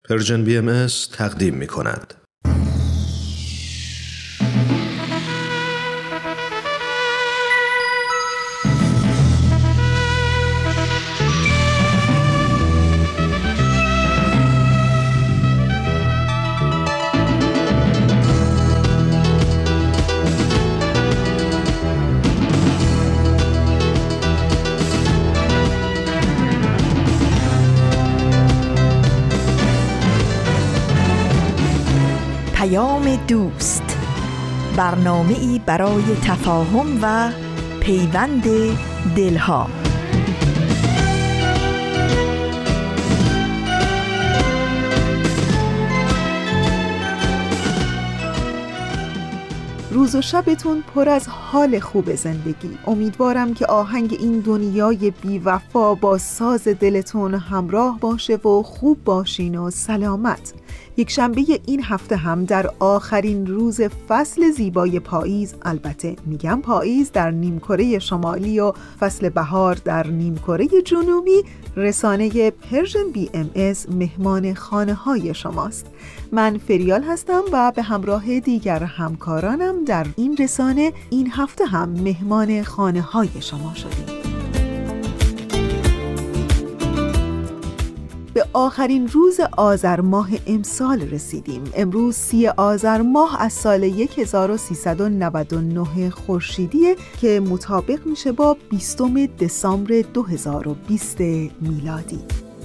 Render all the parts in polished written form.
پرژن BMS تقدیم می کند. دوست، برنامه‌ای برای تفاهم و پیوند دلها. روز و شبتون پر از حال خوب زندگی. امیدوارم که آهنگ این دنیای بی وفا با ساز دلتون همراه باشه و خوب باشین و سلامت. یک شنبه این هفته هم در آخرین روز فصل زیبای پاییز، البته میگم پاییز در نیمکره شمالی و فصل بهار در نیمکره جنوبی، رسانه پرژن BMS مهمان خانه های شماست. من فریال هستم و به همراه دیگر همکارانم در این رسانه این هفته هم مهمان خانه های شما شدیم. به آخرین روز آذر ماه امسال رسیدیم. امروز 30 آذر ماه از سال 1399 خورشیدیه که مطابق میشه با 20 دسامبر 2020 میلادی.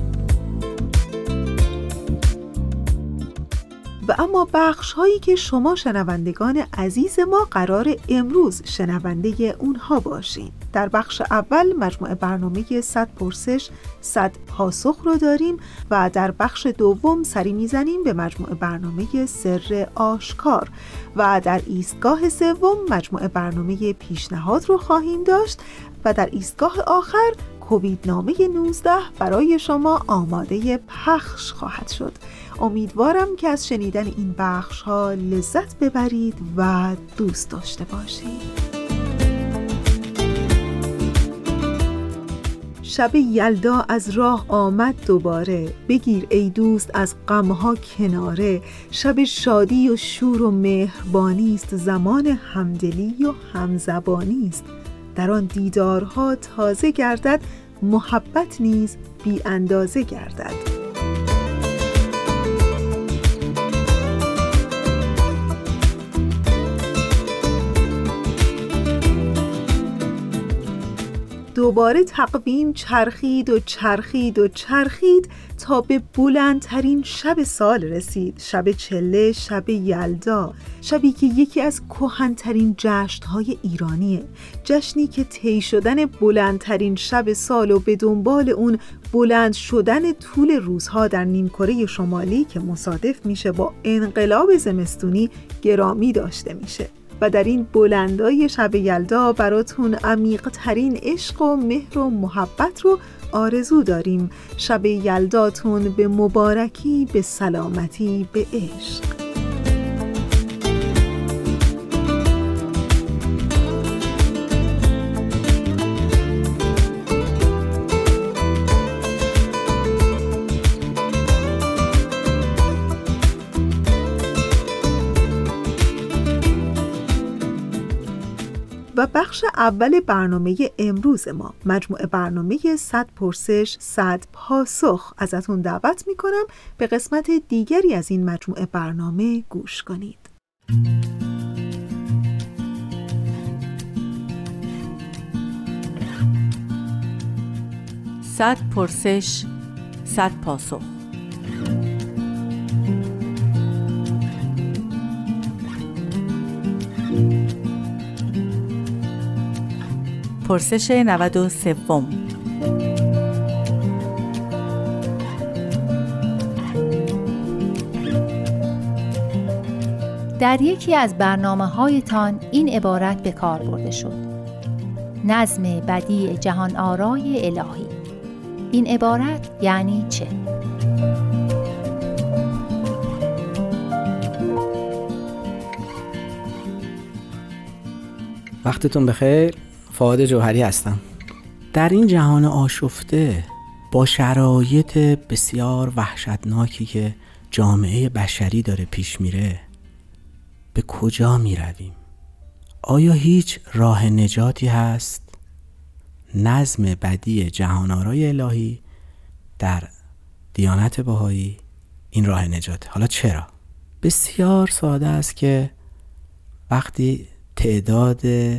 و اما بخش هایی که شما شنوندگان عزیز ما قرار امروز شنونده اونها باشین. در بخش اول مجموعه برنامه 100 پرسش 100 پاسخ رو داریم و در بخش دوم سری میزنیم به مجموعه برنامه سر آشکار و در ایستگاه سوم مجموعه برنامه پیشنهاد رو خواهیم داشت و در ایستگاه آخر کوویدنامه 19 برای شما آماده پخش خواهد شد. امیدوارم که از شنیدن این بخش ها لذت ببرید و دوست داشته باشید. شب یلدا از راه آمد دوباره، بگیر ای دوست از غمها کناره. شب شادی و شور و مهربانی است، زمان همدلی و همزبانی است. در آن دیدارها تازه گردد، محبت نیز بی اندازه گردد. دوباره تقویم چرخید و چرخید و چرخید تا به بلندترین شب سال رسید. شب چله، شب یلدا، شبی که یکی از کهن‌ترین جشن‌های ایرانیه. جشنی که طی شدن بلندترین شب سال و به دنبال اون بلند شدن طول روزها در نیمکره شمالی که مصادف میشه با انقلاب زمستونی گرامی داشته میشه. و در این بلندای شب یلدا براتون عمیق‌ترین عشق و مهر و محبت رو آرزو داریم. شب یلداتون به مبارکی، به سلامتی، به عشق. و بخش اول برنامه امروز ما، مجموعه برنامه 100 پرسش 100 پاسخ، ازتون دعوت میکنم به قسمت دیگری از این مجموعه برنامه گوش کنید. 100 پرسش 100 پاسخ. پرسش 93. در یکی از برنامه‌هایتان این عبارت به کار برده شد: نظم بدیع جهان آرای الهی. این عبارت یعنی چه؟ وقتتون بخیر. فؤاد جوهری هستم. در این جهان آشفته با شرایط بسیار وحشتناکی که جامعه بشری داره پیش میره به کجا میرویم؟ آیا هیچ راه نجاتی هست؟ نظم بدیع جهان‌آرای الهی در دیانت بهایی این راه نجاته. حالا چرا؟ بسیار ساده است که وقتی تعداد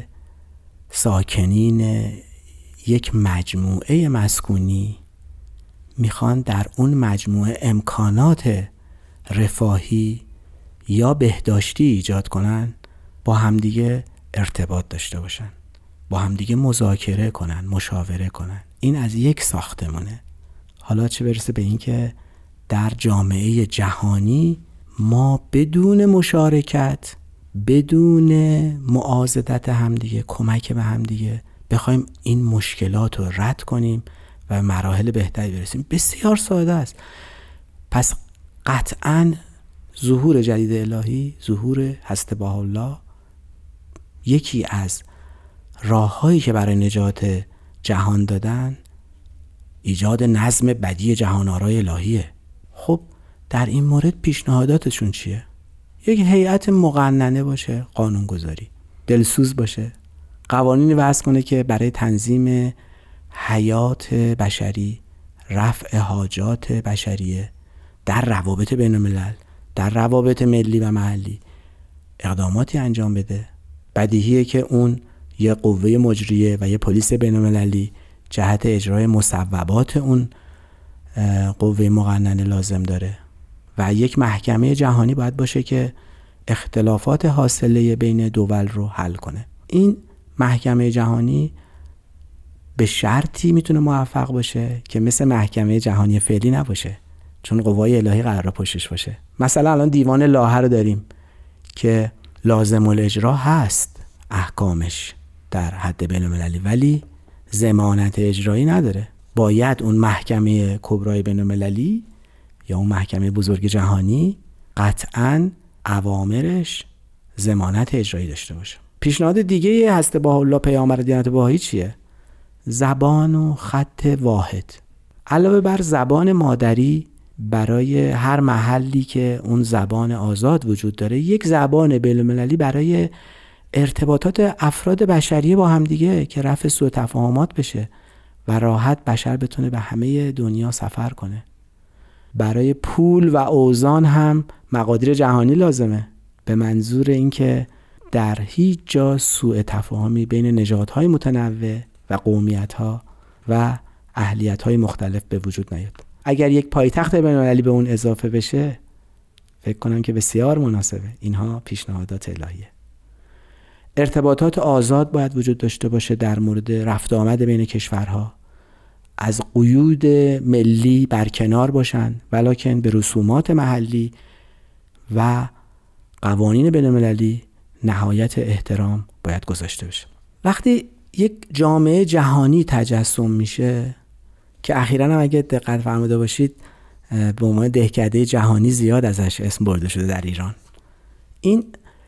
ساکنین یک مجموعه مسکونی میخوان در اون مجموعه امکانات رفاهی یا بهداشتی ایجاد کنن، با همدیگه ارتباط داشته باشن، با همدیگه مذاکره کنن، مشاوره کنن. این از یک ساختمونه. حالا چه برسه به این که در جامعه جهانی ما بدون مشارکت، بدون معاضدت همدیگه، کمک به همدیگه بخوایم این مشکلات رو رد کنیم و مراحل بهتری برسیم. بسیار ساده است. پس قطعاً ظهور جدید الهی، ظهور حضرت بهاءالله، یکی از راه‌هایی که برای نجات جهان دادن ایجاد نظم بدیع جهان‌آرای الهیه. خب در این مورد پیشنهاداتشون چیه؟ یک هیئت مقننه باشه، قانونگذاری، دلسوز باشه، قوانینی وضع کنه که برای تنظیم حیات بشری، رفع حاجات بشریه در روابط بین الملل، در روابط ملی و محلی اقداماتی انجام بده. بدیهیه که اون یه قوه مجریه و یه پلیس بین المللی جهت اجرای مصوبات اون قوه مقننه لازم داره و یک محکمه جهانی باید باشه که اختلافات حاصله بین دول رو حل کنه. این محکمه جهانی به شرطی میتونه موفق باشه که مثل محکمه جهانی فعلی نباشه، چون قوای الهی قراره پشتش باشه. مثلا الان دیوان لاهه رو داریم که لازم الاجرا هست احکامش در حد بین المللی، ولی ضمانت اجرایی نداره. باید اون محکمه کبرای بین المللی یا اون محکمه بزرگ جهانی قطعاً اوامرش ضمانت اجرایی داشته باشه. پیشنهاد دیگه حضرت بهاءالله پیامبر دیانت بهایی چیه؟ زبان و خط واحد. علاوه بر زبان مادری، برای هر محلی که اون زبان آزاد وجود داره، یک زبان بین‌المللی برای ارتباطات افراد بشری با هم دیگه که رفع سوء تفاهمات بشه و راحت بشر بتونه به همه دنیا سفر کنه. برای پول و اوزان هم مقادیر جهانی لازمه، به منظور اینکه در هیچ جا سوء تفاهمی بین نژادهای متنوع و قومیت‌ها و اهلیت‌های مختلف به وجود نیاد. اگر یک پایتخت بین‌المللی به اون اضافه بشه، فکر کنم که بسیار مناسبه. اینها پیشنهادات الهیه. ارتباطات آزاد باید وجود داشته باشه در مورد رفت و آمد بین کشورها، از قیود ملی برکنار باشن، ولکن به رسومات محلی و قوانین بین‌المللی نهایت احترام باید گذاشته بشه. وقتی یک جامعه جهانی تجسم میشه که اخیراً هم اگه دقت فرموده باشید به عنوان دهکده جهانی زیاد ازش اسم برده شده در ایران، این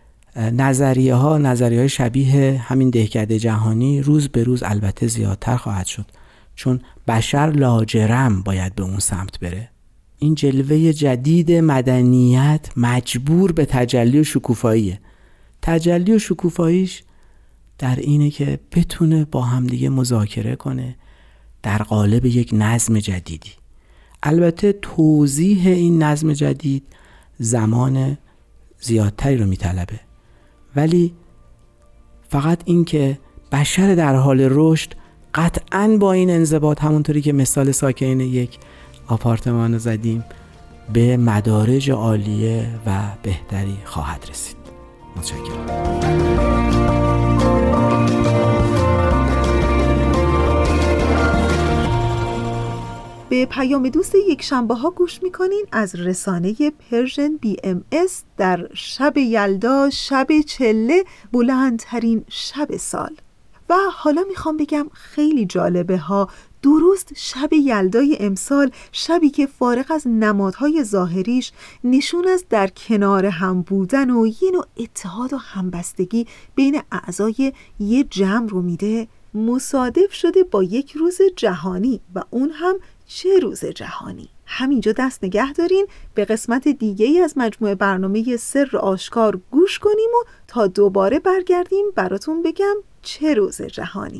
نظریه‌های شبیه همین دهکده جهانی روز به روز البته زیادتر خواهد شد، چون بشر لاجرم باید به اون سمت بره. این جلوه جدید مدنیت مجبور به تجلی و شکوفاییه. تجلی و شکوفاییش در اینه که بتونه با همدیگه مذاکره کنه در قالب یک نظم جدیدی. البته توضیح این نظم جدید زمان زیادتری رو میطلبه، ولی فقط این که بشر در حال رشد قطعاً با این انضباط، همونطوری که مثال ساکنین یک آپارتمان رو زدیم، به مدارج عالیه و بهتری خواهد رسید. متشکرم. به پیام دوست یک شنبه ها گوش میکنین از رسانه پرژن BMS در شب یلدا، شب چله، بلندترین شب سال. و حالا میخوام بگم خیلی جالبه ها، درست شب یلدای امسال، شبی که فارغ از نمادهای ظاهریش نشون از در کنار هم بودن و یه نوع اتحاد و همبستگی بین اعضای یه جمع رو میده، مصادف شده با یک روز جهانی و اون هم چه روز جهانی. همینجا دست نگه دارین، به قسمت دیگه‌ای از مجموعه برنامه سر آشکار گوش کنیم و تا دوباره برگردیم براتون بگم چه روز جهانی.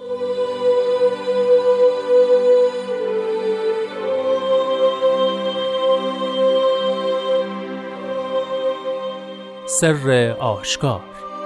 سر آشکار.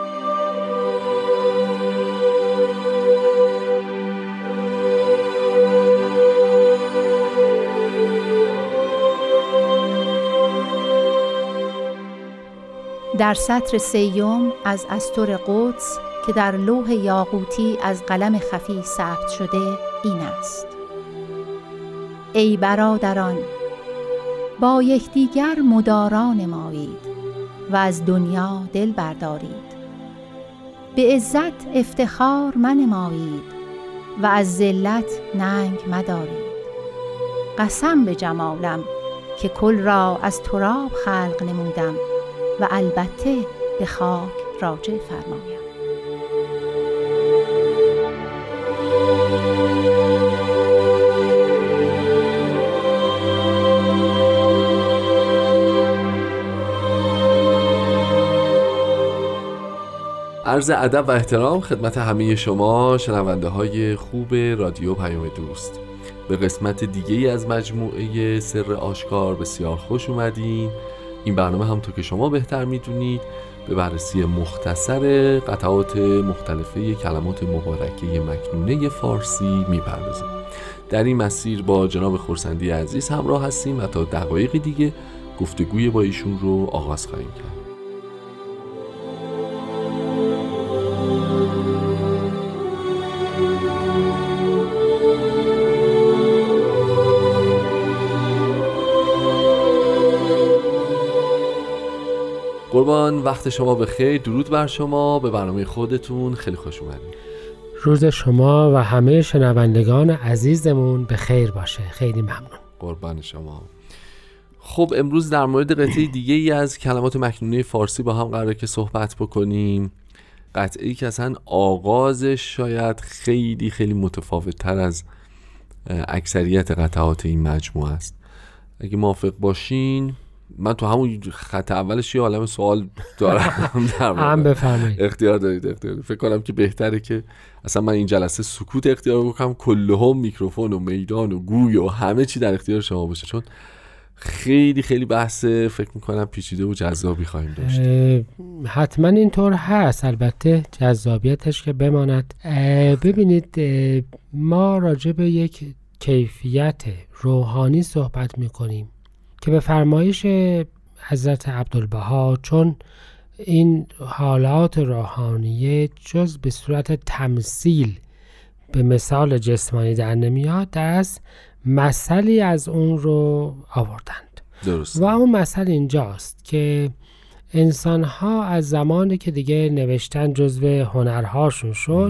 در سطر 3 از استر قدس که در لوح یاقوتی از قلم خفی ثبت شده این است: ای برادران، با یکدیگر مدارا نمایید و از دنیا دل بردارید. به عزت افتخار منمایید و از ذلت ننگ مدارید. قسم به جمالم که کل را از تراب خلق نمودم و البته به خاک راجع فرمایم. عرض ادب و احترام خدمت همه شما شنونده های خوب رادیو پیام دوست. به قسمت دیگه‌ای از مجموعه سر آشکار بسیار خوش اومدین. این برنامه همونطور که شما بهتر میدونید به بررسی مختصر قطعات مختلفه کلمات مبارکه مکنونه فارسی میپردازیم. در این مسیر با جناب خورسندی عزیز همراه هستیم و تا دقایقی دیگه گفتگوی با ایشون رو آغاز خواهیم کرد. قربان وقت شما بخیر، درود بر شما، به برنامه خودتون خیلی خوش اومدید. روز شما و همه شنوندگان عزیزمون به خیر باشه. خیلی ممنون. قربان شما. خب امروز در مورد قطعه دیگه ای از کلمات مکنونه فارسی با هم قراره که صحبت بکنیم. قطعه‌ای که اصلا آغازش شاید خیلی خیلی متفاوت تر از اکثریت قطعات این مجموعه است. اگه موافق باشین من تو همون خط اولش یه عالم سوال دارم. هم بفرمایید. اختیار دارید. فکر کنم که بهتره که اصلا من این جلسه سکوت اختیار بکنم، کلهم میکروفون و میدان و گوی و همه چی در اختیار شما باشه، چون خیلی خیلی بحث فکر میکنم پیچیده و جذابی خواهیم داشت. حتما اینطور هست، البته جذابیتش که بماند. ببینید ما راجع به یک کیفیت روحانی صحبت میکنیم که به فرمایش حضرت عبدالبها، چون این حالات روحانیه جز به صورت تمثیل به مثال جسمانی در نمیاد، دست مثلی از اون رو آوردند. درست. و اون مثل اینجاست که انسان‌ها از زمانی که دیگه نوشتن جزو هنرهاشون شد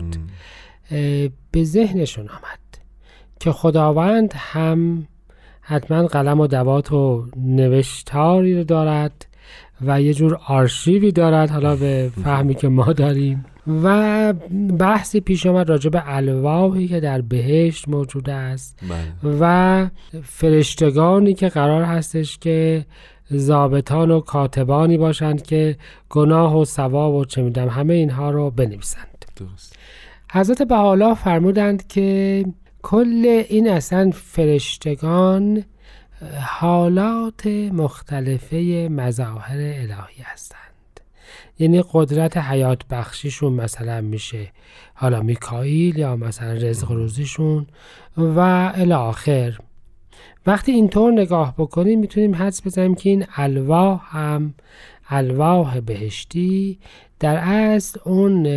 به ذهنشون آمد که خداوند هم حتما قلم و دوات و نوشتاری رو دارد و یه جور آرشیوی دارد، حالا به فهمی که ما داریم. و بحثی پیش آمد راجع به الواحی که در بهشت موجود است و فرشتگانی که قرار هستش که ضابطان و کاتبانی باشند که گناه و ثواب و چه میدونم همه اینها رو بنویسند. درست. حضرت بهاءالله فرمودند که کل این اصلا فرشتگان حالات مختلفه مظاهر الهی هستند. یعنی قدرت حیات بخشیشون مثلا میشه حالا میکائیل یا مثلا رزق روزیشون و الی آخر. وقتی اینطور نگاه بکنیم میتونیم حدس بزنیم که این الواح هم الواح بهشتی در اصل اون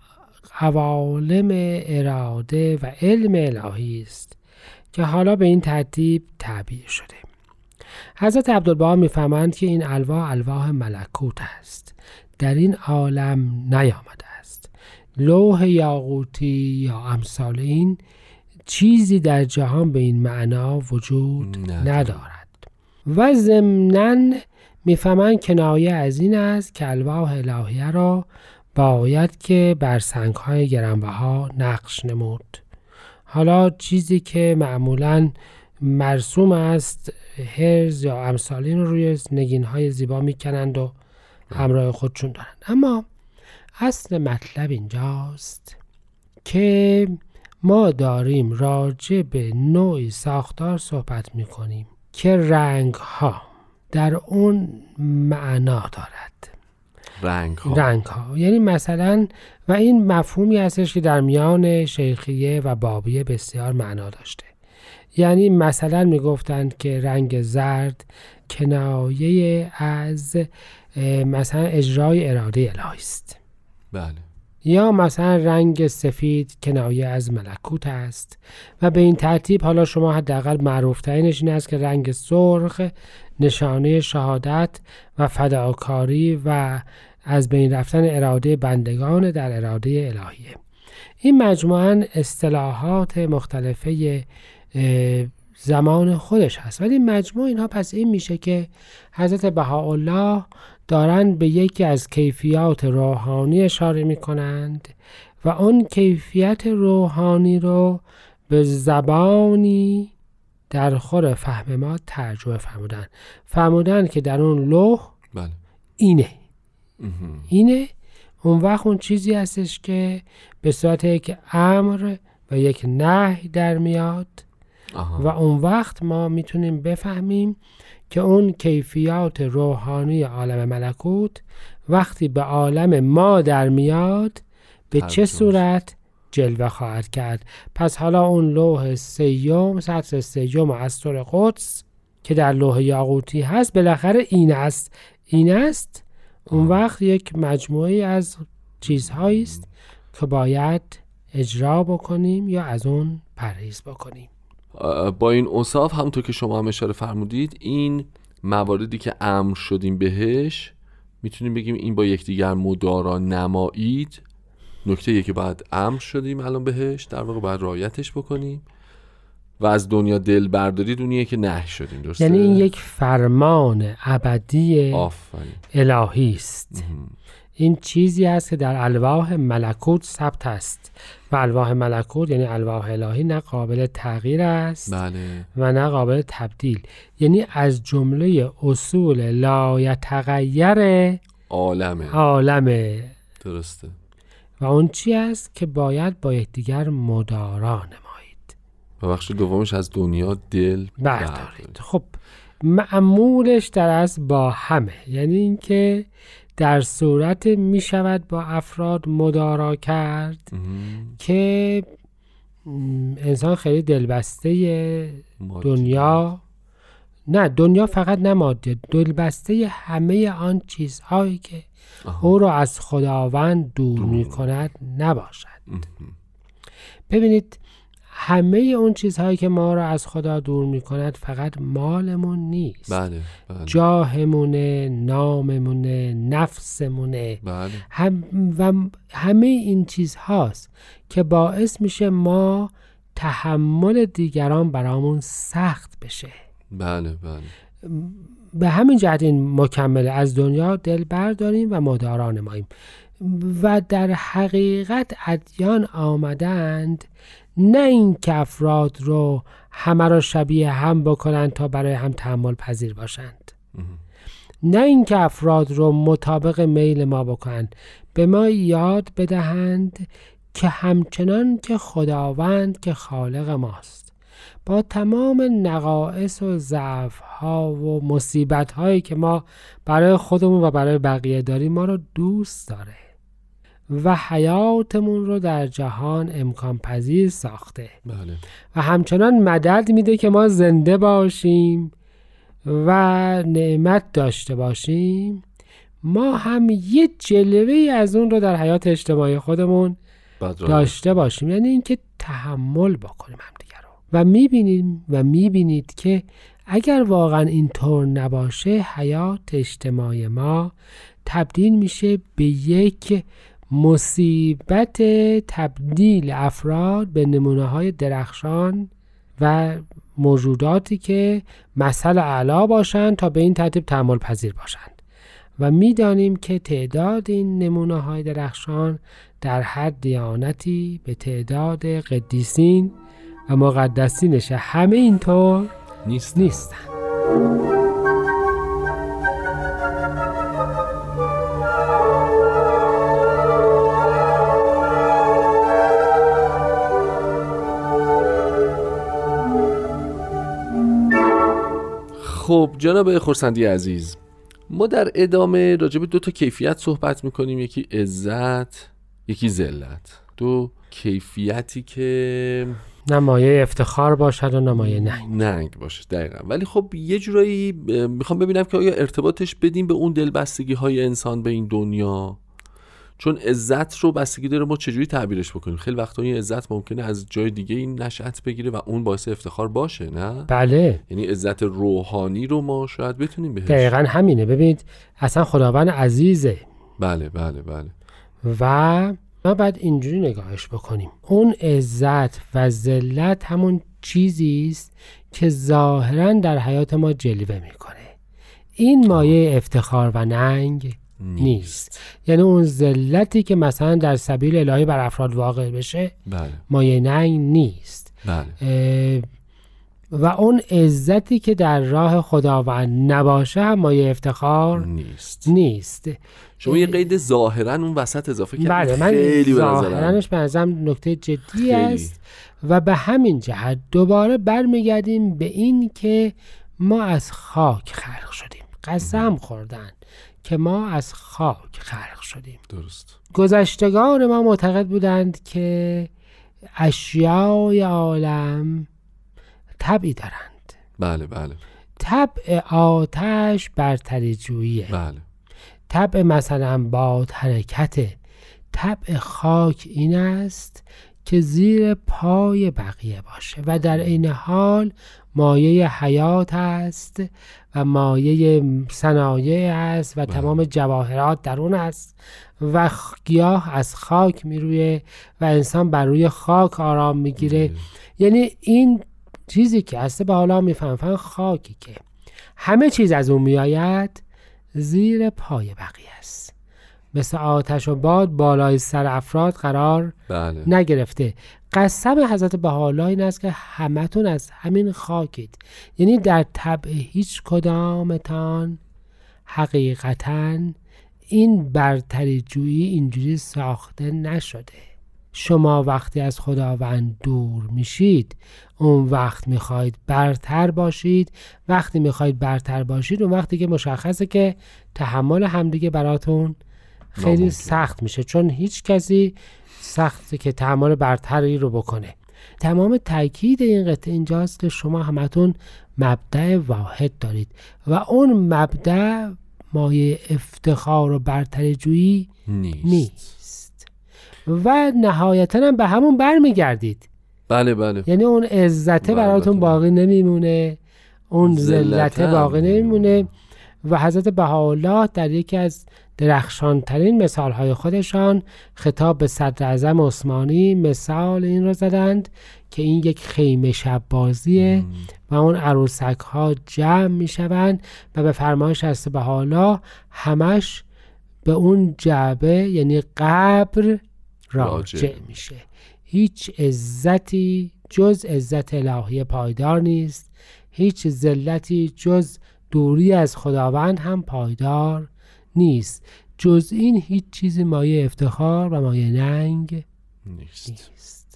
عوالم اراده و علم الهی است که حالا به این ترتیب تعبیر شده. حضرت عبدالبها میفهمند که این الواح ملکوت است، در این عالم نیامده است. لوح یاقوتی یا امثال این چیزی در جهان به این معنا وجود ندارد. و ضمناً میفهمند کنایه از این است که الواح الهیه را باید که بر سنگ‌های گرانبها نقش نمود. حالا چیزی که معمولاً مرسوم است هرز یا امثال این رو روی نگین‌های زیبا میکنند و همراه خودشون دارند. اما اصل مطلب اینجاست که ما داریم راجع به نوعی ساختار صحبت میکنیم که رنگ ها در اون معنا دارد. رنگ ها یعنی مثلا، و این مفهومی هستش که در میان شیخیه و بابیه بسیار معنا داشته. یعنی مثلا میگفتند که رنگ زرد کنایه از مثلا اجرای اراده الهی است. بله. یا مثلا رنگ سفید کنایه از ملکوت است و به این ترتیب حالا شما حداقل معروف‌ترینش این است که رنگ سرخ نشانه شهادت و فداکاری و از بین رفتن اراده بندگان در اراده الهیه. این مجموعاً اصطلاحات مختلفه زمان خودش هست، ولی مجموع اینها پس این میشه که حضرت بهاءالله دارن به یکی از کیفیات روحانی اشاره میکنند و اون کیفیت روحانی رو به زبانی در خور فهم ما ترجمه فرمودن که در اون لوح اینه اون وقت اون چیزی هستش که به صورت یک امر و یک نهی در میاد و اون وقت ما میتونیم بفهمیم که اون کیفیات روحانی عالم ملکوت وقتی به عالم ما در میاد به چه صورت جلوه خواهد کرد. پس حالا اون لوح سیوم، سطر سیوم استور قدس که در لوح یاقوتی هست بالاخره این است اون وقت یک مجموعه از چیزهایی است که باید اجرا بکنیم یا از اون پرهیز بکنیم. با این اوصاف همونطور که شما هم اشاره فرمودید، این مواردی که امر شدیم بهش میتونیم بگیم این با یکدیگر مدارا نمایید. نکته که باید امر شدیم الان بهش، در واقع باید رعایتش بکنیم و از دنیا دل برداری دنیایی که نهی شدیم. درسته؟ یعنی این یک فرمان ابدی الهی است. این چیزی است که در الواح ملکوت ثبت است و الواح ملکوت یعنی الواح الهی نه قابل تغییر است و نه قابل تبدیل. یعنی از جمله اصول لا یتغیر عالمه. درسته. و اون چی است که باید با یکدیگر مدارا نمایید و بخش دومش از دنیا دل بردارید. خب معمولش در اصل با همه، یعنی اینکه در صورت می شود با افراد مدارا کرد که انسان خیلی دلبسته دنیا فقط نه مادی، دلبسته همه آن چیزهایی که او را از خداوند دور می کند نباشد. ببینید همه اون چیزهایی که ما را از خدا دور می کند فقط مالمون نیست. بله. جاهمونه، ناممونه، نفسمونه. و همه این چیز هاست که باعث میشه ما تحمل دیگران برامون سخت بشه. بله. به همین جهت این مکمله از دنیا دل برداریم و مدارا نماییم. و در حقیقت ادیان آمدند نه این که افراد رو همه را شبیه هم بکنند تا برای هم تحمل پذیر باشند، نه این که افراد رو مطابق میل ما بکنند، به ما یاد بدهند که همچنان که خداوند که خالق ماست با تمام نقائص و ضعف‌ها و مصیبت‌هایی که ما برای خودمون و برای بقیه داریم ما رو دوست داره و حیاتمون رو در جهان امکان پذیر ساخته. بله. و همچنان مدد میده که ما زنده باشیم و نعمت داشته باشیم. ما هم یه جلوه‌ای از اون رو در حیات اجتماعی خودمون داشته باشیم، یعنی اینکه تحمل بکنیم همدیگه رو. و میبینید که اگر واقعا اینطور نباشه حیات اجتماعی ما تبدیل میشه به یک مصیبت تبدیل افراد به نمونه‌های درخشان و موجوداتی که مثل اعلی باشند تا به این ترتیب تحمل پذیر باشند. و میدانیم که تعداد این نمونه‌های درخشان در هر دیانتی به تعداد قدیسین و مقدسینش همه اینطور نیستن. خب جناب خرسندی عزیز، ما در ادامه راجع به 2 تا کیفیت صحبت میکنیم، یکی عزت، یکی ذلت. 2 کیفیتی که نمایه افتخار باشد و نمایه ننگ باشه. دقیقا. ولی خب یه جورایی میخوام ببینم که آیا ارتباطش بدیم به اون دلبستگی های انسان به این دنیا، چون عزت رو بستگی داره ما چجوری تعبیرش بکنیم. خیلی وقتا این عزت ممکنه از جای دیگه این نشأت بگیره و اون باعث افتخار باشه، نه؟ بله. یعنی عزت روحانی رو ما شاید بتونیم بهش. دقیقاً همینه. ببینید اصلا خداوند عزیزه. بله بله بله. و ما باید اینجوری نگاهش بکنیم. اون عزت و ذلت همون چیزی است که ظاهراً در حیات ما جلوه میکنه. این مایه افتخار و ننگ نیست. یعنی اون ذلتی که مثلا در سبیل الهی بر افراد واقع بشه، بله، مایه ننگ نیست. بله. و اون عزتی که در راه خداوند نباشه هم مایه افتخار نیست. شما یه قید ظاهرا اون وسط اضافه کردید. بله، من ظاهرانش به نظرم نکته جدی است و به همین جهت دوباره برمیگردیم به این که ما از خاک خلق شدیم. قسم خوردن که ما از خاک خلق شدیم. درست. گذشتگان ما معتقد بودند که اشیای عالم طبعی دارند. بله بله. طبع آتش برتری جوییه. بله. طبع مثلا باد حرکته. طبع خاک این است که زیر پای بقیه باشه و در این حال مایه حیات است و مایه صنایع است و تمام جواهرات در اون است و گیاه از خاک میرویه و انسان بر روی خاک آرام میگیره. یعنی این چیزی که هسته به حالا میفهمن خاکی که همه چیز از اون میآید زیر پای بقیه است. مثل آتش و باد بالای سر افراد قرار نگرفته. قسم حضرت بهاءالله این است که همتون از همین خاکید. یعنی در طبع هیچ کدامتان حقیقتاً این برتری جویی اینجوری ساخته نشده. شما وقتی از خداوند دور میشید اون وقت میخواید برتر باشید. وقتی میخواید برتر باشید اون وقتی که مشخصه که تحمل همدیگه براتون خیلی سخت میشه، چون هیچ کسی سخته که تحمل برتری رو بکنه. تمام تاکید این قطعه اینجاست که شما همتون مبدأ واحد دارید و اون مبدأ مایه افتخار و برتری جویی نیست و نهایتاً هم به همون برمیگردید. بله بله. یعنی اون عزت براتون باقی نمیمونه، اون ذلت باقی نمیمونه. و حضرت بهاءالله در یکی از درخشانترین مثالهای خودشان خطاب به صدر اعظم عثمانی مثال این رو زدند که این یک خیمه شب بازیه و اون عروسک ها جمع می شوند و به فرمایش حضرت بهاءالله همش به اون جعبه یعنی قبر راجع میشه. هیچ عزتی جز عزت الهی پایدار نیست، هیچ ذلتی جز دوری از خداوند هم پایدار نیست. جز این هیچ چیزی مایه افتخار و مایه ننگ نیست.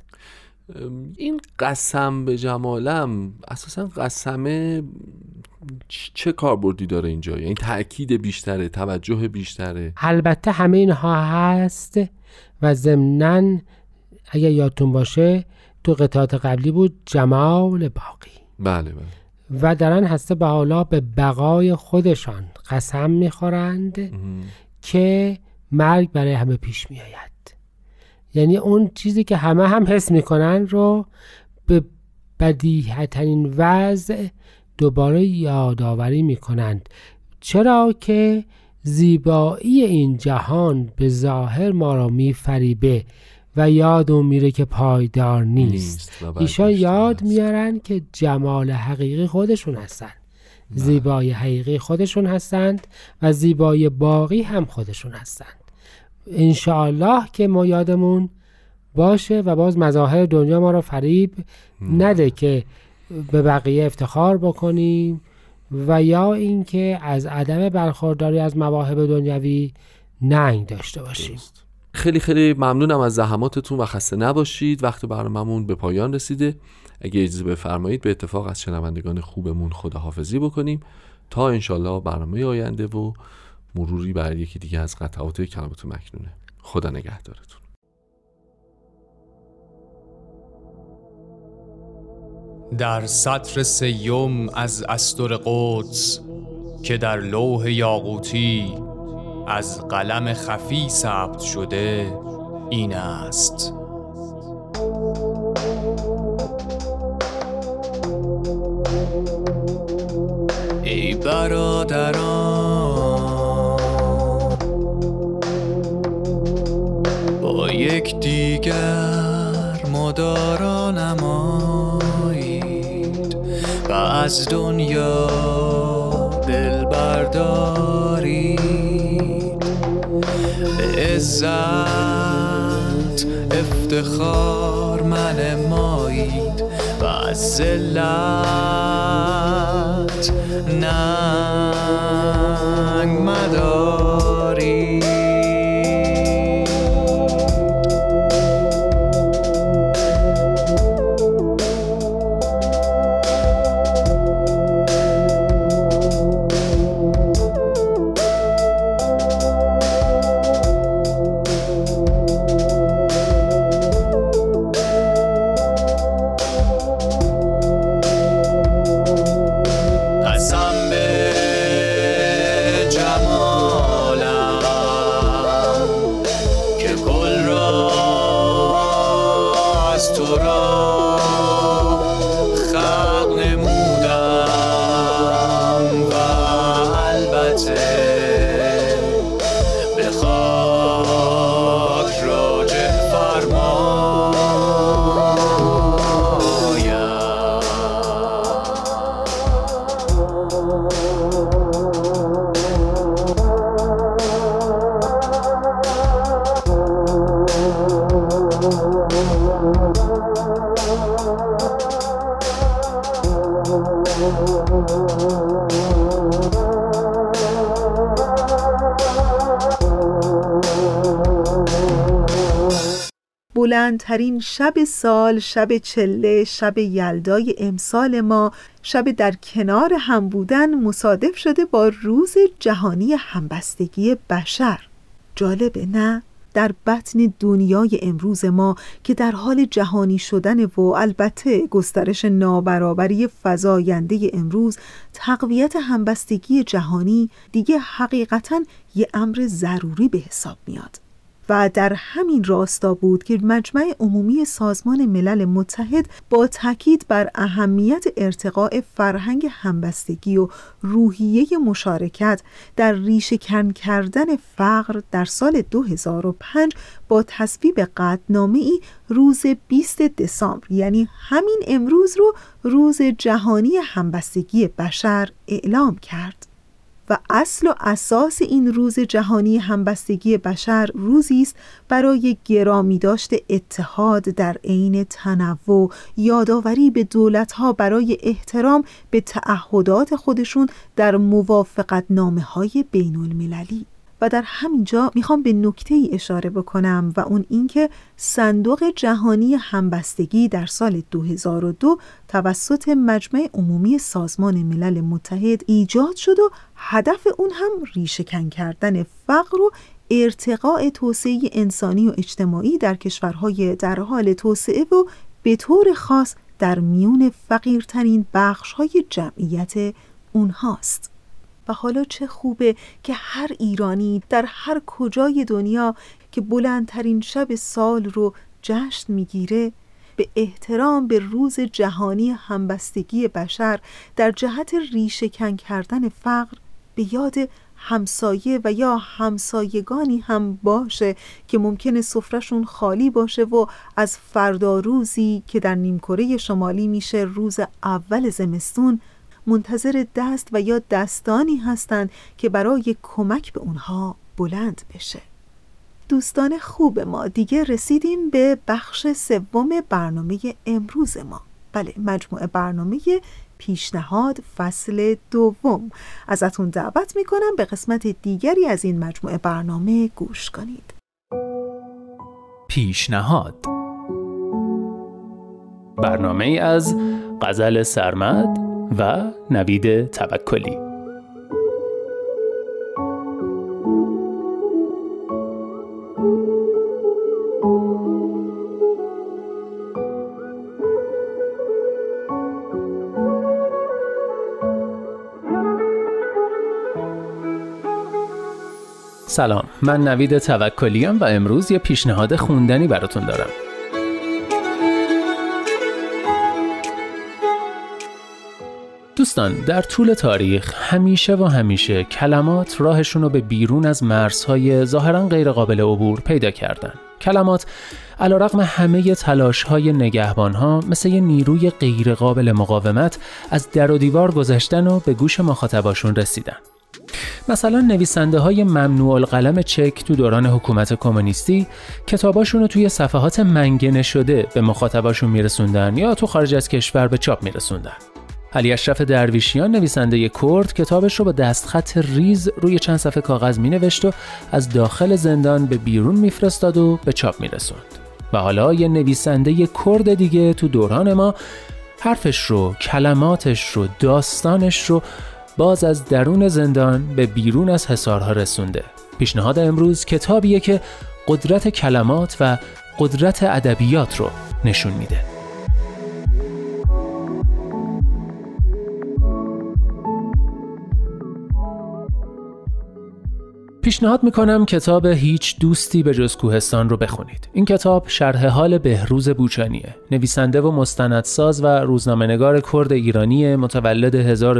این قسم به جمالم اساساً قسمه چه کاربردی داره اینجا؟ یعنی تأکید بیشتره، توجه بیشتره؟ البته همه اینها هست و ضمناً اگه یادتون باشه تو قطعات قبلی بود جمال باقی. بله بله. و درن هسته به حالا به بقای خودشان قسم میخورند که مرگ برای همه پیش میآید. یعنی اون چیزی که همه هم حس میکنن رو به بدیهی‌ترین وضع دوباره یادآوری میکنند. چرا که زیبایی این جهان به ظاهر ما را میفریبه و یادم میره که پایدار نیست. ایشان یاد میارن که جمال حقیقی خودشون هستن، زیبایی حقیقی خودشون هستند و زیبایی باقی هم خودشون هستند. انشاءالله که ما یادمون باشه و باز مظاهر دنیا ما را فریب نده که به بقیه افتخار بکنیم و یا اینکه از عدم برخورداری از مواهب دنیوی ننگ داشته باشیم. خیلی خیلی ممنونم از زحماتتون و خسته نباشید. وقت برنامه‌مون به پایان رسیده. اگه اجازه بفرمایید به اتفاق از شنوندگان خوبمون خداحافظی بکنیم تا انشالله برنامه آینده و مروری بر یکی دیگه از قطعات کلمات مکنونه. خدا نگهدارتون. در سطر سیوم از استر قدس که در لوح یاقوتی از قلم خفی ثبت شده این است: ای برادران، با یک دیگر مدارا نمایید و از دنیا دل بردارید، به عزت افتخار منمایید و از ذلت ننگ مدارید. بلندترین شب سال، شب چله، شب یلدای امسال ما، شب در کنار هم بودن مصادف شده با روز جهانی همبستگی بشر. جالبه نه؟ در بطن دنیای امروز ما که در حال جهانی شدن و البته گسترش نابرابری فزاینده امروز، تقویت همبستگی جهانی دیگه حقیقتاً یه امر ضروری به حساب میاد. و در همین راستا بود که مجمع عمومی سازمان ملل متحد با تاکید بر اهمیت ارتقاء فرهنگ همبستگی و روحیه مشارکت در ریشه‌کن کردن فقر در سال 2005 با تصویب قطعنامه‌ای روز 20 دسامبر، یعنی همین امروز، رو روز جهانی همبستگی بشر اعلام کرد. و اصل و اساس این روز جهانی همبستگی بشر روزی است برای گرامی داشت اتحاد در عین تنوع، یادآوری به دولت‌ها برای احترام به تعهدات خودشون در موافقتنامه‌های بین‌المللی. و در همینجا میخوام به نکته‌ای اشاره بکنم و اون اینکه صندوق جهانی همبستگی در سال 2002 توسط مجمع عمومی سازمان ملل متحد ایجاد شد و هدف اون هم ریشه‌کن کردن فقر و ارتقاء توسعه انسانی و اجتماعی در کشورهای در حال توسعه و به طور خاص در میون فقیرترین بخش‌های جمعیت اونهاست. و حالا چه خوبه که هر ایرانی در هر کجای دنیا که بلندترین شب سال رو جشن میگیره، به احترام به روز جهانی همبستگی بشر در جهت ریشه‌کن کردن فقر به یاد همسایه و یا همسایگانی هم باشه که ممکنه سفره‌شون خالی باشه و از فردا روزی که در نیمکره شمالی میشه روز اول زمستون، منتظر دست و یا دستانی هستند که برای کمک به اونها بلند بشه. دوستان خوب ما، دیگه رسیدیم به بخش سوم برنامه امروز ما. بله، مجموعه برنامه پیشنهاد فصل 2. ازتون دعوت میکنم به قسمت دیگری از این مجموعه برنامه گوش کنید. پیشنهاد، برنامه از غزل سرمد و نوید توکلی. سلام، من نوید توکلیم و امروز یه پیشنهاد خوندنی براتون دارم. دوستان، در طول تاریخ همیشه کلمات راهشون رو به بیرون از مرزهای ظاهراً غیر قابل عبور پیدا کردن. کلمات علیرغم همه تلاش‌های نگهبان‌ها مثل یه نیروی غیر قابل مقاومت از در و دیوار گذشتن و به گوش مخاطباشون رسیدن. مثلا نویسنده های ممنوع القلم چک تو دوران حکومت کمونیستی کتاباشون رو توی صفحات منگنه شده به مخاطباشون میرسوندن یا تو خارج از کشور به چاپ میرسوندن. علی اشرف درویشیان نویسنده کرد کتابش رو با دستخط ریز روی چند صفحه کاغذ مینوشت و از داخل زندان به بیرون میفرستاد و به چاپ میرسوند. و حالا یه نویسنده کرد دیگه تو دوران ما حرفش رو، کلماتش رو، داستانش رو باز از درون زندان به بیرون از حصارها رسونده. پیشنهاد امروز کتابیه که قدرت کلمات و قدرت ادبیات رو نشون میده. پیشنهاد میکنم کتاب هیچ دوستی به جز کوهستان رو بخونید. این کتاب شرح حال بهروز بوچانیه، نویسنده و مستندساز و روزنامه‌نگار کرد ایرانی متولد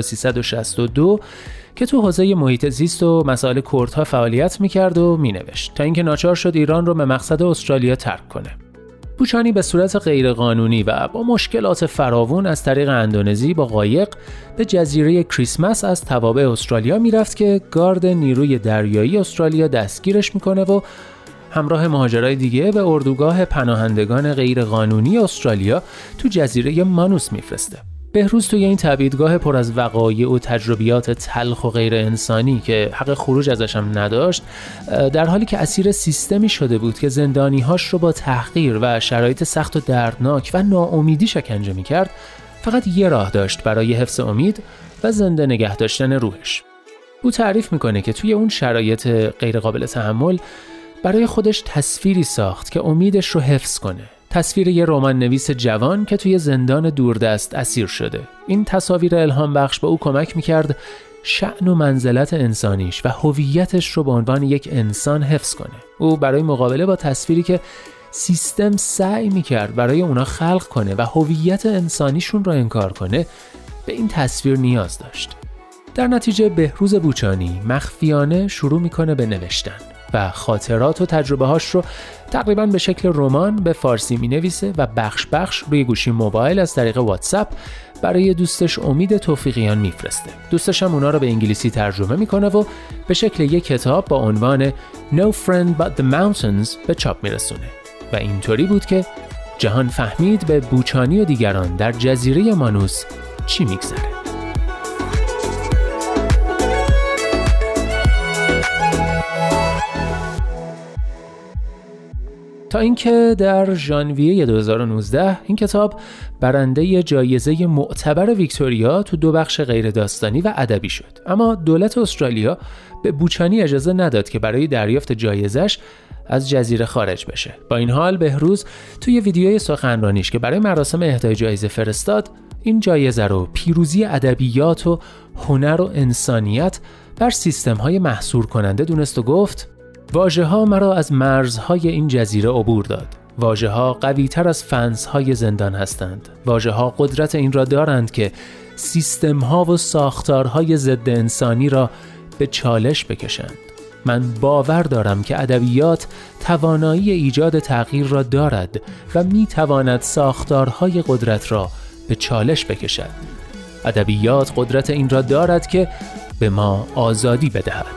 1362 که تو حوزه محیط زیست و مسائل کردها فعالیت میکرد و مینوشت تا اینکه ناچار شد ایران رو به مقصد استرالیا ترک کنه. بوچانی به صورت غیرقانونی و با مشکلات فراوان از طریق اندونزی با قایق به جزیره کریسمس از توابع استرالیا میرفت که گارد نیروی دریایی استرالیا دستگیرش میکنه و همراه مهاجرای دیگه به اردوگاه پناهندگان غیرقانونی استرالیا تو جزیره مانوس میفرسته. بهروز توی این تبعیدگاه پر از وقایع و تجربیات تلخ و غیر انسانی که حق خروج ازش هم نداشت، در حالی که اسیر سیستمی شده بود که زندانی‌هاش رو با تحقیر و شرایط سخت و دردناک و ناامیدی شکنجه می‌کرد، فقط یه راه داشت برای حفظ امید و زنده نگه داشتن روحش. او تعریف می‌کنه که توی اون شرایط غیر قابل تحمل برای خودش تصویری ساخت که امیدش رو حفظ کنه. تصویر یه رمان نویس جوان که توی زندان دوردست اسیر شده. این تصاویر الهام بخش به او کمک میکرد شأن و منزلت انسانیش و هویتش رو به عنوان یک انسان حفظ کنه. او برای مقابله با تصویری که سیستم سعی میکرد برای اونا خلق کنه و هویت انسانیشون رو انکار کنه، به این تصویر نیاز داشت. در نتیجه بهروز بوچانی مخفیانه شروع میکنه به نوشتن و خاطرات و تجربه هاش رو تقریباً به شکل رمان به فارسی می نویسه و بخش روی گوشی موبایل از طریق واتساپ برای دوستش امید توفیقیان میفرسته. دوستش هم اونا رو به انگلیسی ترجمه میکنه و به شکل یک کتاب با عنوان No Friend But The Mountains به چاپ میرسونه. و اینطوری بود که جهان فهمید به بوچانی و دیگران در جزیره مانوس چی میگذره. تا اینکه در ژانویه 2019 این کتاب برنده جایزه معتبر ویکتوریا تو 2 بخش غیر داستانی و ادبی شد. اما دولت استرالیا به بوچانی اجازه نداد که برای دریافت جایزش از جزیره خارج بشه. با این حال بهروز توی ویدیوی سخنرانیش که برای مراسم اهدای جایزه فرستاد، این جایزه رو پیروزی ادبیات و هنر و انسانیت بر سیستم‌های محصور کننده دونست و گفت: واژه‌ها مرا از مرزهای این جزیره عبور داد. واژه‌ها قوی‌تر از فنس‌های زندان هستند. واژه‌ها قدرت این را دارند که سیستم‌ها و ساختارهای ضد انسانی را به چالش بکشند. من باور دارم که ادبیات توانایی ایجاد تغییر را دارد و می‌تواند ساختارهای قدرت را به چالش بکشد. ادبیات قدرت این را دارد که به ما آزادی بدهد.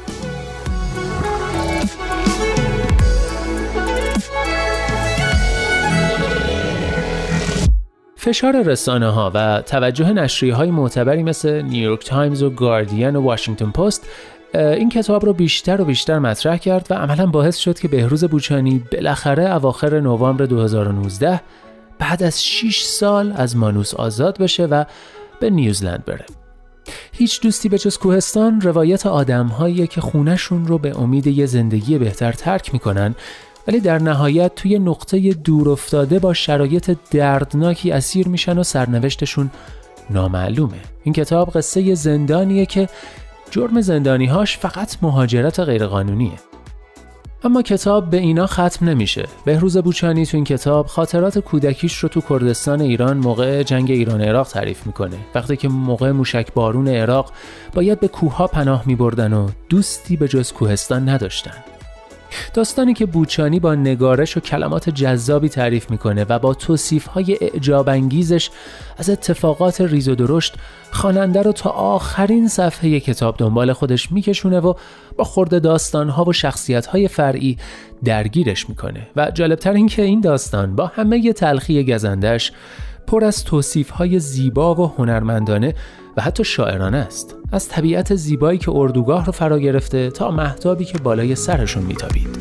فشار رسانه‌ها و توجه نشریه‌های معتبری مثل نیویورک تایمز و گاردین و واشنگتن پست این کتاب رو بیشتر و بیشتر مطرح کرد و عملاً باعث شد که بهروز بوچانی بالاخره اواخر نوامبر 2019 بعد از 6 سال از مانوس آزاد بشه و به نیوزلند بره. هیچ دوستی به جز کوهستان روایت آدم‌هاییه که خونه‌شون رو به امید یه زندگی بهتر ترک میکنن، ولی در نهایت توی نقطه دور افتاده با شرایط دردناکی اسیر میشن و سرنوشتشون نامعلومه. این کتاب قصه زندانیه که جرم زندانی‌هاش فقط مهاجرت غیرقانونیه. اما کتاب به اینا ختم نمیشه. بهروز بوچانی تو این کتاب خاطرات کودکیش رو تو کردستان ایران موقع جنگ ایران عراق تعریف میکنه. وقتی که موقع موشک بارون عراق باید به کوه‌ها پناه میبردن و دوستی به جز کوهستان نداشتن. داستانی که بوچانی با نگارش و کلمات جذابی تعریف میکنه و با توصیف‌های اعجاب انگیزش از اتفاقات ریز و درشت خواننده رو تا آخرین صفحه کتاب دنبال خودش میکشونه و با خورده داستان‌ها و شخصیت‌های فرعی درگیرش میکنه. و جالبتر این که این داستان با همه تلخی گزندش پر از توصیف‌های زیبا و هنرمندانه و حتی شاعرانه است. از طبیعت زیبایی که اردوگاه رو فرا گرفته تا مهتابی که بالای سرشون میتابید.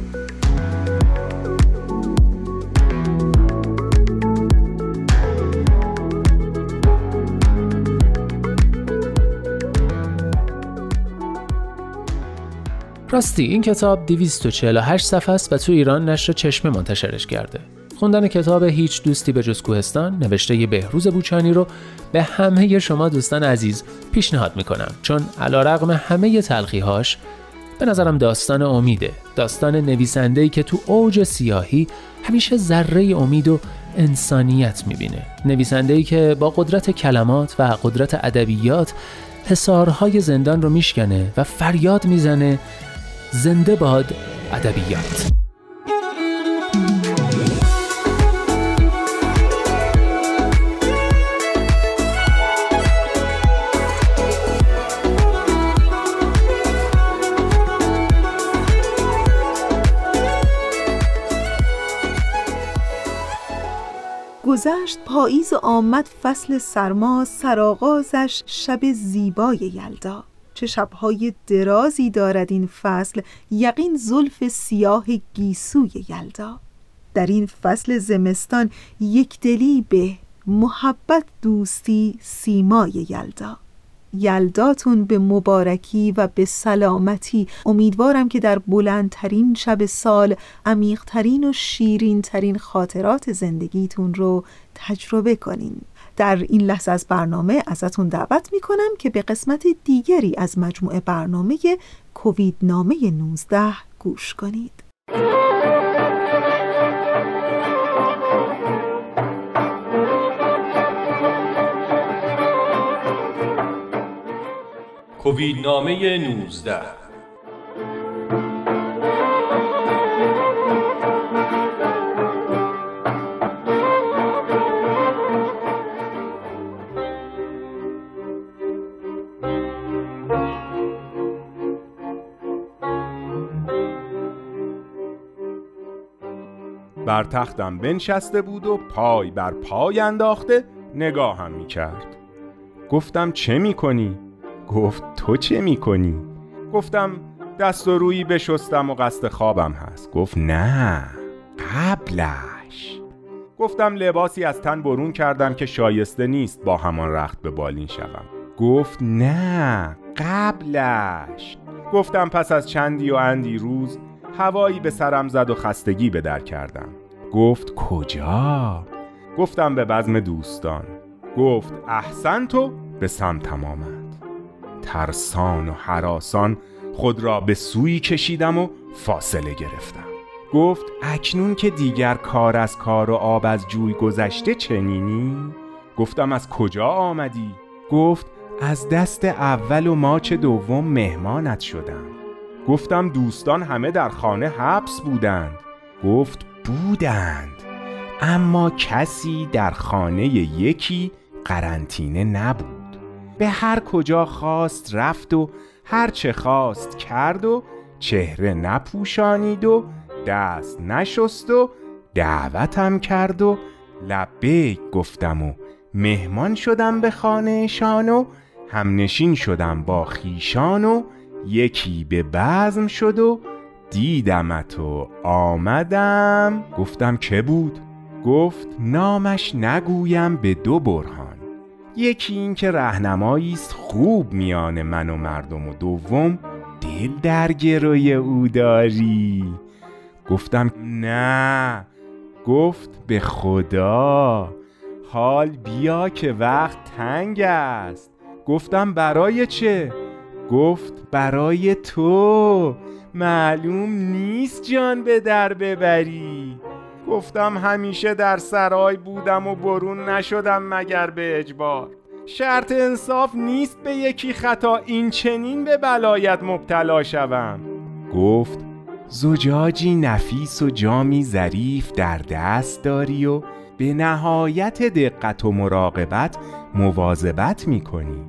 راستی این کتاب 248 صفحه است و تو ایران نشر چشمه منتشرش کرده. خوندن کتاب هیچ دوستی به جز کوهستان نوشته بهروز بوچانی رو به همه شما دوستان عزیز پیشنهاد میکنم، چون علیرغم همه تلخی‌هاش به نظرم داستان امیده. داستان نویسنده‌ای که تو اوج سیاهی همیشه ذره امید و انسانیت میبینه. نویسنده‌ای که با قدرت کلمات و قدرت ادبیات حصارهای زندان رو میشکنه و فریاد میزنه زنده باد ادبیات. گذشت پاییز و آمد فصل سرما، سرآغازش شب زیبای یلدا. چه شبهای درازی دارد این فصل، یقین زلف سیاه گیسوی یلدا. در این فصل زمستان یک دلی به محبت دوستی سیمای یلدا. یلداتون به مبارکی و به سلامتی. امیدوارم که در بلندترین شب سال عمیق‌ترین و شیرین‌ترین خاطرات زندگیتون رو تجربه کنین. در این لحظه از برنامه ازتون دعوت میکنم که به قسمت دیگری از مجموعه برنامه کووید نامه 19 گوش کنید. کووید نامه 19. بر تختم بنشسته بود و پای بر پای انداخته نگاهم میکرد. گفتم چه میکنی؟ گفت تو چه میکنی؟ گفتم دست و رویی بشستم و قصد خوابم هست. گفت نه قبلش. گفتم لباسی از تن برون کردم که شایسته نیست با همان رخت به بالین شوم. گفت نه قبلش. گفتم پس از چندی و اندی روز هوایی به سرم زد و خستگی به در کردم. گفت کجا؟ گفتم به بزم دوستان. گفت احسنتو به سمتم آمد. ترسان و هراسان خود را به سوی کشیدم و فاصله گرفتم. گفت اکنون که دیگر کار از کار و آب از جوی گذشته چنینی؟ گفتم از کجا آمدی؟ گفت از دست اول و ماچ دوم مهمانت شدم. گفتم دوستان همه در خانه حبس بودند. گفت بودند، اما کسی در خانه یکی قرنطینه نبود. به هر کجا خواست رفت و هر چه خواست کرد و چهره نپوشانید و دست نشست و دعوتم کرد و لبیک گفتم و مهمان شدم به خانه‌شان و همنشین شدم با خیشان و یکی به بزم شد و دیدمت و آمدم. گفتم که بود؟ گفت نامش نگویم به دو برهان، یکی این که رهنماییست خوب میان من و مردم و دوم دل در گروی او داری. گفتم نه. گفت به خدا حال بیا که وقت تنگ است. گفتم برای چه؟ گفت برای تو، معلوم نیست جان به در ببری. گفتم همیشه در سرای بودم و برون نشدم مگر به اجبار. شرط انصاف نیست به یکی خطا این چنین به بلایت مبتلا شوم. گفت زجاجی نفیس و جامی ظریف در دست داری و به نهایت دقت و مراقبت مواظبت میکنی،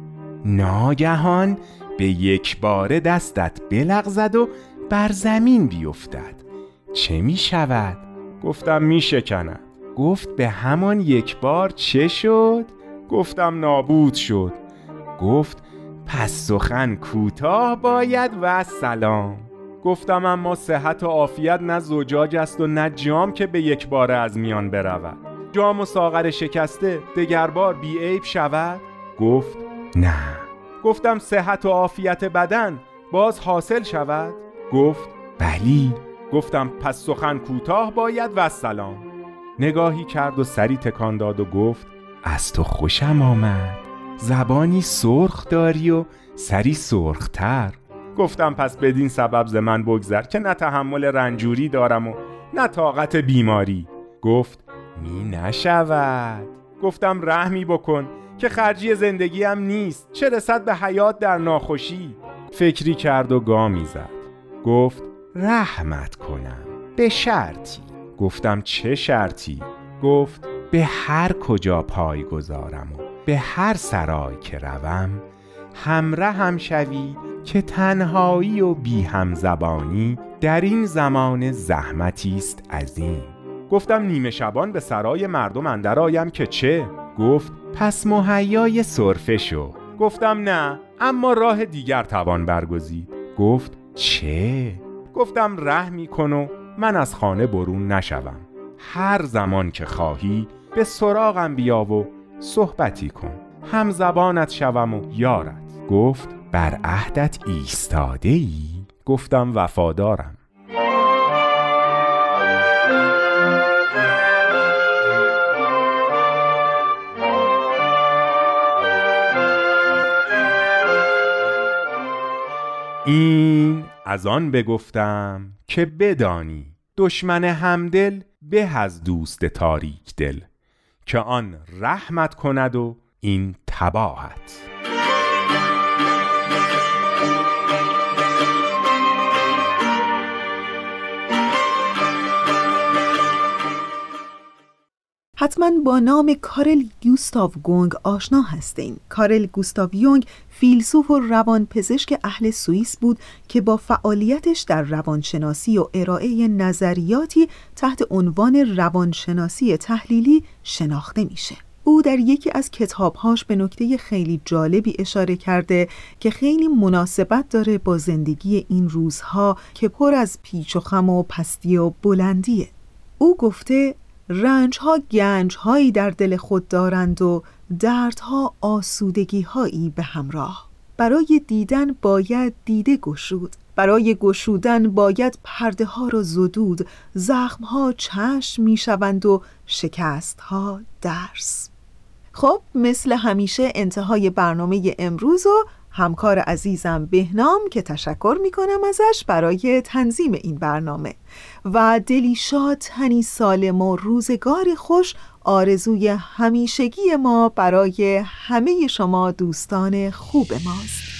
ناگهان به یک بار دستت بلغزد و بر زمین بیفتد، چه می شود؟ گفتم می شکند. گفت به همان یک بار چه شد؟ گفتم نابود شد. گفت پس سخن کوتاه باید و سلام. گفتم اما صحت و عافیت نه زجاج است و نه جام که به یک بار از میان برود. جام و ساغر شکسته دگر بار بی عیب شود؟ گفت نه. گفتم صحت و عافیت بدن باز حاصل شود؟ گفت بلی. گفتم پس سخن کوتاه باید و سلام. نگاهی کرد و سری تکان داد و گفت از تو خوشم آمد، زبانی سرخ داری و سری سرختر. گفتم پس بدین سبب ز من بگذر که نه تحمل رنجوری دارم و نه طاقت بیماری. گفت می نشود. گفتم رحمی بکن که خرجی زندگیم نیست، چه رسد به حیات در ناخوشی. فکری کرد و گامی زد. گفت رحمت کنم به شرطی. گفتم چه شرطی؟ گفت به هر کجا پای گذارم و به هر سرای که روم همره هم شوی که تنهایی و بی همزبانی در این زمان زحمتی است عظیم. گفتم نیمه شبان به سرای مردم اندر آیم که چه؟ گفت پس مهیای سرفه شو. گفتم نه، اما راه دیگر توان برگزید. گفت چه؟ گفتم رحمی کن و من از خانه برون نشوم. هر زمان که خواهی به سراغم بیا و صحبتی کن، هم زبانت شوم و یارت. گفت بر عهدت ایستاده ای؟ گفتم وفادارم. این از آن بگفتم که بدانی دشمن همدل به از دوست تاریک دل، که آن رحمت کند و این تباهت. حتما با نام کارل گوستاو یونگ آشنا هستین. کارل گوستاو یونگ فیلسوف و روانپزشک اهل سوئیس بود که با فعالیتش در روانشناسی و ارائه نظریاتی تحت عنوان روانشناسی تحلیلی شناخته میشه. او در یکی از کتابهاش به نکته خیلی جالبی اشاره کرده که خیلی مناسبت داره با زندگی این روزها که پر از پیچ و خم و پستی و بلندیه. او گفته رنج‌ها گنج‌هایی در دل خود دارند و دردها آسودگی‌هایی به همراه. برای دیدن باید دیده گشود، برای گشودن باید پرده ها را زدود. زخم ها چشم می شوند و شکست ها درس. خب مثل همیشه انتهای برنامه امروز و همکار عزیزم بهنام که تشکر می کنم ازش برای تنظیم این برنامه و دلی شاد، تنی سالم و روزگار خوش آرزوی همیشگی ما برای همه شما دوستان خوب ماست.